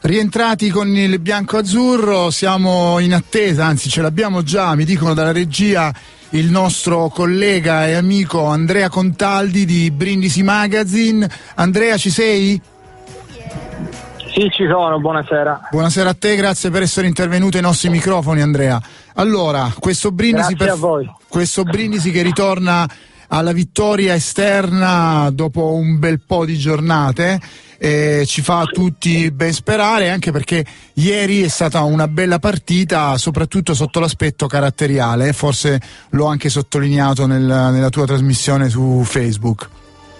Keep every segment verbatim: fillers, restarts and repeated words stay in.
Rientrati con il bianco-azzurro, siamo in attesa, anzi ce l'abbiamo già, mi dicono dalla regia, il nostro collega e amico Andrea Contaldi di Brindisi Magazine. Andrea, ci sei? Sì, ci sono, buonasera. Buonasera a te, grazie per essere intervenuto ai nostri microfoni, Andrea. Allora, questo Brindisi, grazie per... a voi. questo Brindisi che ritorna alla vittoria esterna dopo un bel po' di giornate, eh, ci fa tutti ben sperare, anche perché ieri è stata una bella partita, soprattutto sotto l'aspetto caratteriale, forse l'ho anche sottolineato nel, nella tua trasmissione su Facebook.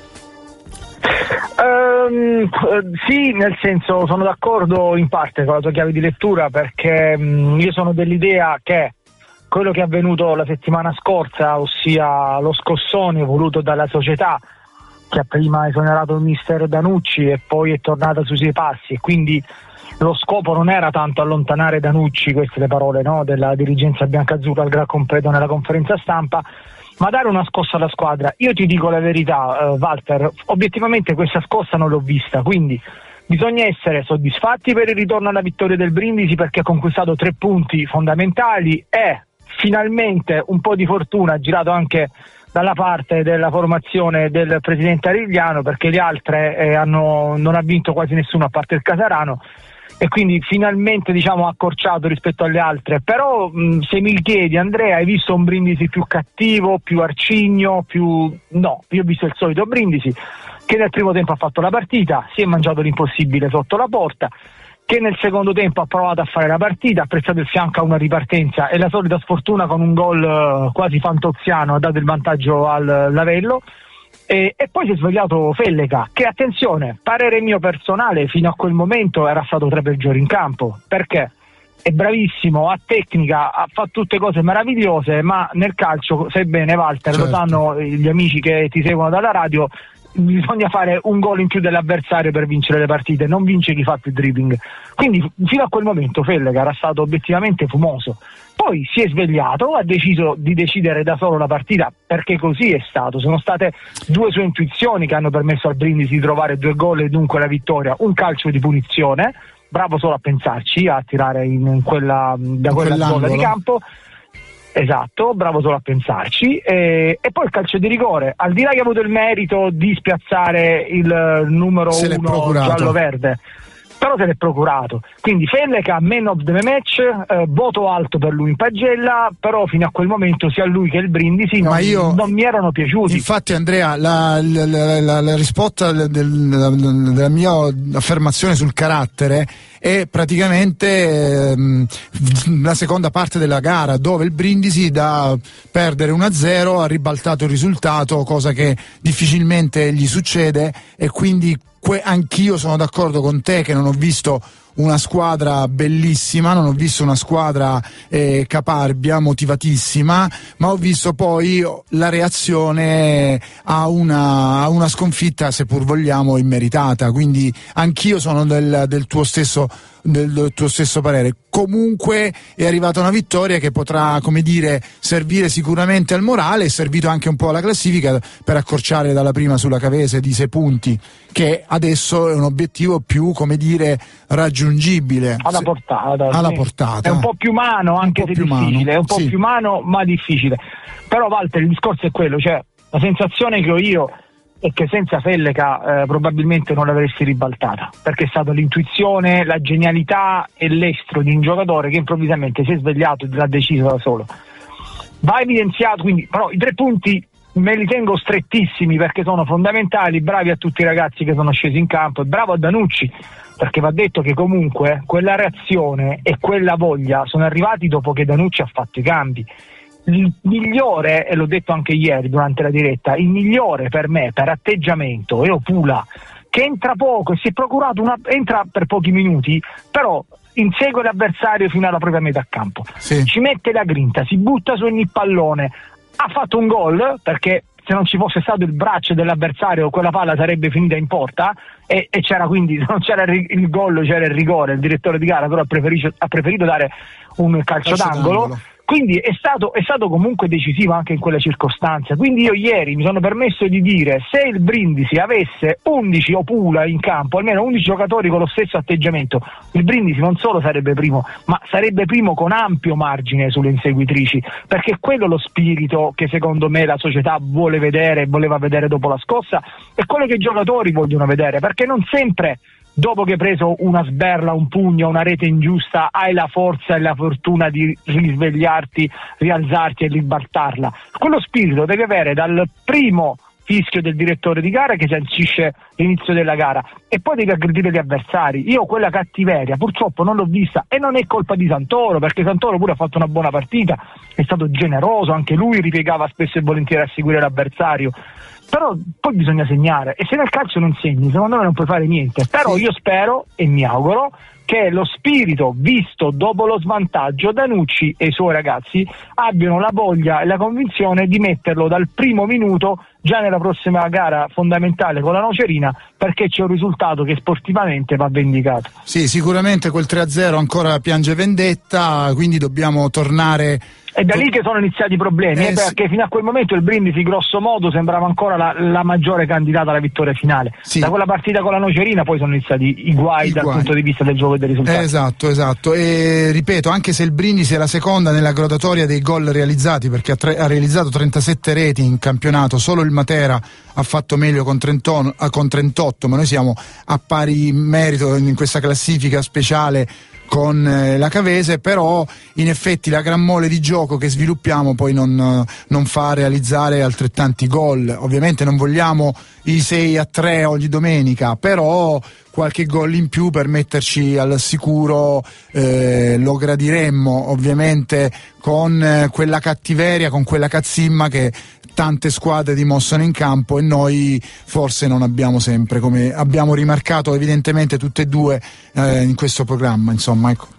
Um, sì, nel senso, sono d'accordo in parte con la tua chiave di lettura, perché um, io sono dell'idea che quello che è avvenuto la settimana scorsa, ossia lo scossone voluto dalla società che ha prima esonerato il mister Danucci e poi è tornata sui suoi passi, e quindi lo scopo non era tanto allontanare Danucci, queste le parole, no, della dirigenza biancazzurra al gran completo nella conferenza stampa, ma dare una scossa alla squadra. Io ti dico la verità, eh, Walter, obiettivamente questa scossa non l'ho vista, quindi bisogna essere soddisfatti per il ritorno alla vittoria del Brindisi, perché ha conquistato tre punti fondamentali e finalmente un po' di fortuna ha girato anche dalla parte della formazione del presidente Arigliano, perché le altre eh, hanno, non ha vinto quasi nessuno a parte il Casarano, e quindi finalmente, diciamo, ha accorciato rispetto alle altre. Però mh, se mi chiedi, Andrea, hai visto un Brindisi più cattivo, più arcigno, più... no, io ho visto il solito Brindisi che nel primo tempo ha fatto la partita, si è mangiato l'impossibile sotto la porta, che nel secondo tempo ha provato a fare la partita, ha prestato il fianco a una ripartenza e la solita sfortuna con un gol uh, quasi fantoziano ha dato il vantaggio al Lavello, e, e poi si è svegliato Felleca, che, attenzione, parere mio personale, fino a quel momento era stato tra i peggiori in campo, perché è bravissimo, ha tecnica, ha fatto tutte cose meravigliose, ma nel calcio, sai bene Walter, certo, lo sanno gli amici che ti seguono dalla radio, bisogna fare un gol in più dell'avversario per vincere le partite, non vince chi fa più dribbling. Quindi fino a quel momento Felleca era stato obiettivamente fumoso, poi si è svegliato, ha deciso di decidere da solo la partita, perché così è stato. Sono state due sue intuizioni che hanno permesso al Brindisi di trovare due gol e dunque la vittoria, un calcio di punizione, bravo solo a pensarci, a tirare in quella, da quella zona di campo. Esatto, bravo solo a pensarci, e, e poi il calcio di rigore, al di là che ha avuto il merito di spiazzare il numero uno giallo-verde, però se l'è procurato. Quindi Felleca, man of the match, eh, voto alto per lui in pagella, però fino a quel momento sia lui che il Brindisi non, io, non mi erano piaciuti. Infatti Andrea, la, la, la, la, la risposta del, della, della mia affermazione sul carattere è praticamente ehm, la seconda parte della gara, dove il Brindisi da perdere uno a zero ha ribaltato il risultato, cosa che difficilmente gli succede, e quindi que- anch'io sono d'accordo con te che non ho visto una squadra bellissima, non ho visto una squadra eh, caparbia, motivatissima, ma ho visto poi la reazione a una, a una sconfitta, seppur vogliamo, immeritata. Quindi anch'io sono del, del tuo stesso del, del tuo stesso parere. Comunque è arrivata una vittoria che potrà, come dire, servire sicuramente al morale, è servito anche un po' alla classifica per accorciare dalla prima sulla Cavese di sei punti, che adesso è un obiettivo più, come dire, raggiungibile alla portata, alla sì. portata. È un po' più umano, anche se difficile, mano. È un po' sì. più umano ma difficile. Però Walter, il discorso è quello, cioè la sensazione che ho io è che senza Felleca eh, probabilmente non l'avresti ribaltata, perché è stata l'intuizione, la genialità e l'estro di un giocatore che improvvisamente si è svegliato e l'ha deciso da solo. Va evidenziato, quindi, però i tre punti me li tengo strettissimi perché sono fondamentali, bravi a tutti i ragazzi che sono scesi in campo e bravo a Danucci, perché va detto che comunque quella reazione e quella voglia sono arrivati dopo che Danucci ha fatto i cambi. Il migliore, e l'ho detto anche ieri durante la diretta, il migliore per me, per atteggiamento, è Opula, che entra poco e si è procurato una, entra per pochi minuti, però insegue l'avversario fino alla propria metà campo, sì. Ci mette la grinta, si butta su ogni pallone, ha fatto un gol, perché se non ci fosse stato il braccio dell'avversario quella palla sarebbe finita in porta, e, e c'era, quindi se non c'era il, il gol c'era il rigore. Il direttore di gara però ha preferito, ha preferito dare un calcio, calcio d'angolo, d'angolo quindi è stato, è stato comunque decisivo anche in quella circostanza. Quindi io ieri mi sono permesso di dire: se il Brindisi avesse undici o Pula in campo, almeno undici giocatori con lo stesso atteggiamento, il Brindisi non solo sarebbe primo, ma sarebbe primo con ampio margine sulle inseguitrici, perché è quello lo spirito che secondo me la società vuole vedere, voleva vedere dopo la scossa, e quello che i giocatori vogliono vedere, perché non sempre dopo che hai preso una sberla, un pugno, una rete ingiusta, hai la forza e la fortuna di risvegliarti, rialzarti e ribaltarla. Quello spirito devi avere dal primo fischio del direttore di gara che sancisce l'inizio della gara, e poi devi aggredire gli avversari. Io quella cattiveria purtroppo non l'ho vista, e non è colpa di Santoro, perché Santoro pure ha fatto una buona partita, è stato generoso, anche lui ripiegava spesso e volentieri a seguire l'avversario, però poi bisogna segnare, e se nel calcio non segni secondo me non puoi fare niente. Però io spero e mi auguro che lo spirito visto dopo lo svantaggio, Danucci e i suoi ragazzi abbiano la voglia e la convinzione di metterlo dal primo minuto già nella prossima gara fondamentale con la Nocerina, perché c'è un risultato che sportivamente va vendicato. Sì, sicuramente quel tre a zero ancora piange vendetta, quindi dobbiamo tornare. È da lì che sono iniziati i problemi, eh, eh, perché sì. Fino a quel momento il Brindisi grosso modo sembrava ancora la, la maggiore candidata alla vittoria finale. Sì. Da quella partita con la Nocerina poi sono iniziati i guai I dal guai. punto di vista del gioco e dei risultati. Eh, esatto, esatto. E ripeto, anche se il Brindisi è la seconda nella graduatoria dei gol realizzati, perché ha, tre, ha realizzato trentasette reti in campionato, solo il Matera ha fatto meglio con, trentotto, con trentotto, ma noi siamo a pari merito in questa classifica speciale con la Cavese, però in effetti la gran mole di gioco che sviluppiamo poi non, non fa realizzare altrettanti gol. Ovviamente non vogliamo i sei a tre ogni domenica, però qualche gol in più per metterci al sicuro eh, lo gradiremmo, ovviamente con eh, quella cattiveria, con quella cazzimma che tante squadre dimostrano in campo, e noi forse non abbiamo sempre, come abbiamo rimarcato evidentemente tutte e due eh, in questo programma, insomma, ecco.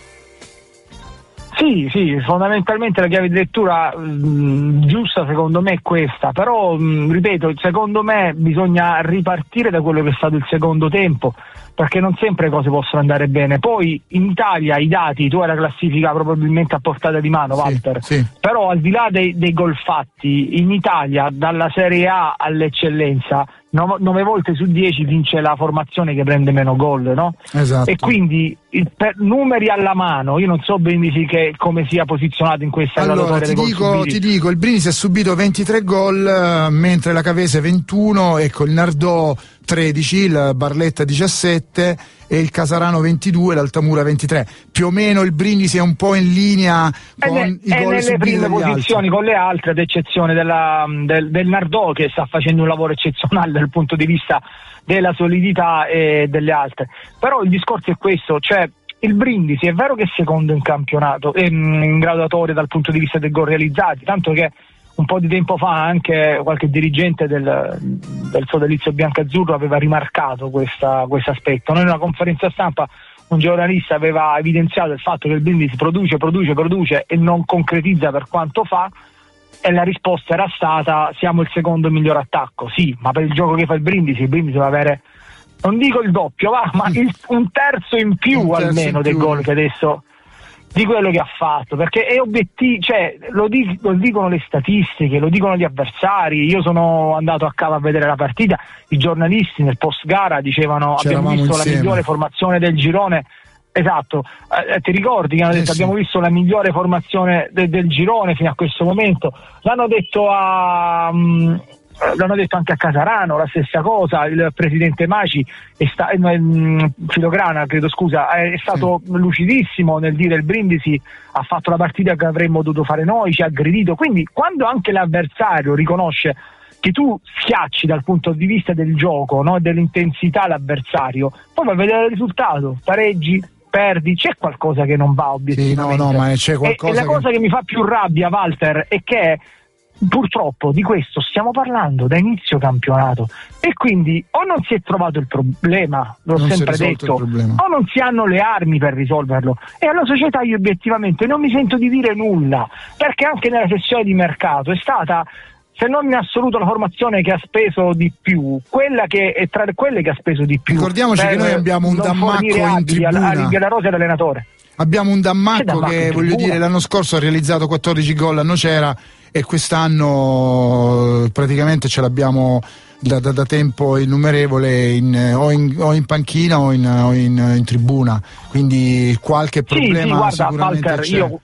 Sì, sì, fondamentalmente la chiave di lettura mh, giusta secondo me è questa, però mh, ripeto, secondo me bisogna ripartire da quello che è stato il secondo tempo, perché non sempre le cose possono andare bene. Poi in Italia i dati, tu hai la classifica probabilmente a portata di mano, Walter, sì, sì. Però al di là dei, dei gol fatti, in Italia dalla Serie A all'eccellenza nove volte su dieci vince la formazione che prende meno gol, no? Esatto. E quindi il, per, numeri alla mano, io non so Brindisi che come sia posizionato in questa allora ti dico, ti dico, il Brindisi ha subito ventitré gol, mentre la Cavese ventuno, ecco, il Nardò tredici, il Barletta diciassette e il Casarano ventidue, l'Altamura ventitré. Più o meno il Brindisi è un po' in linea con ne, i gol nelle prime posizioni altri. Con le altre, ad eccezione della, del, del Nardò, che sta facendo un lavoro eccezionale dal punto di vista della solidità e delle altre. Però il discorso è questo, cioè il Brindisi è vero che è secondo in campionato, ehm, in graduatoria dal punto di vista dei gol realizzati, tanto che un po' di tempo fa anche qualche dirigente del, del sodalizio biancazzurro aveva rimarcato questo aspetto. Noi in una conferenza stampa un giornalista aveva evidenziato il fatto che il Brindisi produce, produce, produce e non concretizza per quanto fa, e la risposta era stata: siamo il secondo miglior attacco. Sì, ma per il gioco che fa il Brindisi, il Brindisi deve avere, non dico il doppio, va, ma il, un terzo in più terzo almeno in dei più. Gol che adesso di quello che ha fatto, perché è obiettivo, cioè lo, dic- lo dicono le statistiche, lo dicono gli avversari. Io sono andato a casa a vedere la partita, i giornalisti nel post gara dicevano: C'eravamo abbiamo visto insieme. La migliore formazione del girone. Esatto, eh, ti ricordi che hanno detto: eh sì. abbiamo visto la migliore formazione de- del girone fino a questo momento. L'hanno detto a mh, l'hanno detto anche a Casarano, la stessa cosa. Il presidente Maci è sta- eh, Filograna, credo, scusa, è stato sì. lucidissimo nel dire: il Brindisi ha fatto la partita che avremmo dovuto fare noi, ci ha aggredito. Quindi quando anche l'avversario riconosce che tu schiacci dal punto di vista del gioco, no, dell'intensità l'avversario, poi va a vedere il risultato, pareggi, perdi, c'è qualcosa che non va obiettivamente. Sì, no, no, ma c'è qualcosa e, e la che... cosa che mi fa più rabbia, Walter, è che purtroppo di questo stiamo parlando da inizio campionato, e quindi o non si è trovato il problema, l'ho non sempre detto, o non si hanno le armi per risolverlo. E alla società io obiettivamente non mi sento di dire nulla, perché anche nella sessione di mercato è stata, se non in assoluto, la formazione che ha speso di più, quella che è tra quelle che ha speso di più. Ricordiamoci che noi abbiamo un Dammacco in tribuna alla, alla rosa dell'allenatore. Abbiamo un Dammacco che, voglio dire, l'anno scorso ha realizzato quattordici gol a Nocera e quest'anno praticamente ce l'abbiamo da, da, da tempo innumerevole in, o, in, o in panchina o in, o in, in tribuna, quindi qualche problema sì, sì, guarda, sicuramente Walter, c'è. Io,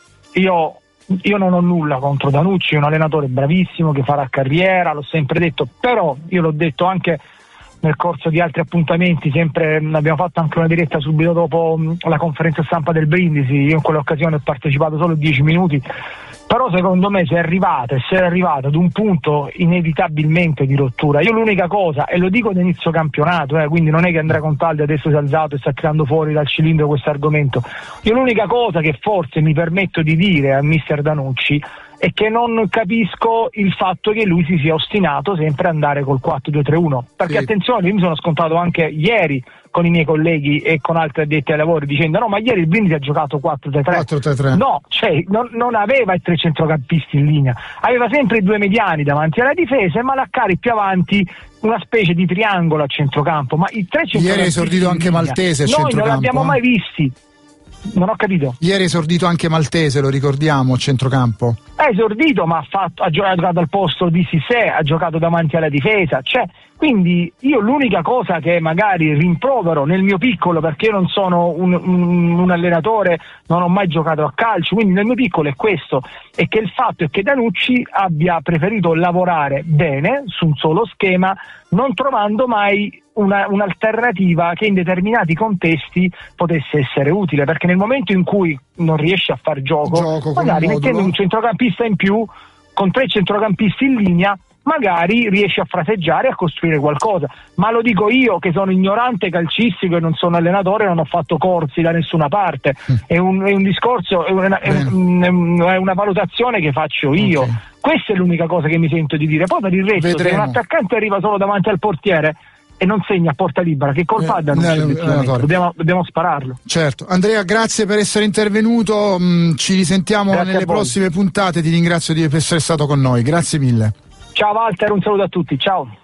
io, io non ho nulla contro Danucci, è un allenatore bravissimo che farà carriera, l'ho sempre detto, però io l'ho detto anche nel corso di altri appuntamenti, sempre abbiamo fatto anche una diretta subito dopo la conferenza stampa del Brindisi, io in quell'occasione ho partecipato solo dieci minuti, però secondo me se è arrivata, se è arrivata ad un punto inevitabilmente di rottura, io l'unica cosa, e lo dico da inizio campionato, eh, quindi non è che Andrea Contaldi adesso si è alzato e sta tirando fuori dal cilindro questo argomento, io l'unica cosa che forse mi permetto di dire a mister Danucci è che non capisco il fatto che lui si sia ostinato sempre ad andare col quattro due tre uno, perché sì. Attenzione, io mi sono scontrato anche ieri con i miei colleghi e con altri addetti ai lavori dicendo no, ma ieri il Brindisi ha giocato quattro tre tre, no, cioè non, non aveva i tre centrocampisti in linea, aveva sempre i due mediani davanti alla difesa e Malaccari più avanti una specie di triangolo a centrocampo, ma i tre centrocampisti ieri è esordito anche Maltese a noi centrocampo, non l'abbiamo eh? mai visti. Non ho capito. Ieri è esordito anche Maltese, lo ricordiamo, a centrocampo. È esordito, ma ha, fatto, ha giocato al posto di Sissé, ha giocato davanti alla difesa, cioè, quindi io l'unica cosa che magari rimprovero nel mio piccolo, perché io non sono un, un, un allenatore, non ho mai giocato a calcio, quindi nel mio piccolo è questo, è che il fatto è che Danucci abbia preferito lavorare bene su un solo schema, non trovando mai una, un'alternativa che in determinati contesti potesse essere utile, perché nel momento in cui non riesce a far gioco, gioco magari mettendo un centrocampista in più, con tre centrocampisti in linea, magari riesce a fraseggiare e a costruire qualcosa, ma lo dico io che sono ignorante calcistico e non sono allenatore, non ho fatto corsi da nessuna parte, mm. è, un, è un discorso, è una, è, un, è una valutazione che faccio io, okay. Questa è l'unica cosa che mi sento di dire, poi per il resto Vedremo. Se un attaccante arriva solo davanti al portiere e non segna a porta libera, che colpa ha? Eh, dobbiamo, dobbiamo spararlo. Certo. Andrea, grazie per essere intervenuto, mm, ci risentiamo grazie nelle prossime puntate, ti ringrazio di essere stato con noi, grazie mille. Ciao Walter, un saluto a tutti, ciao.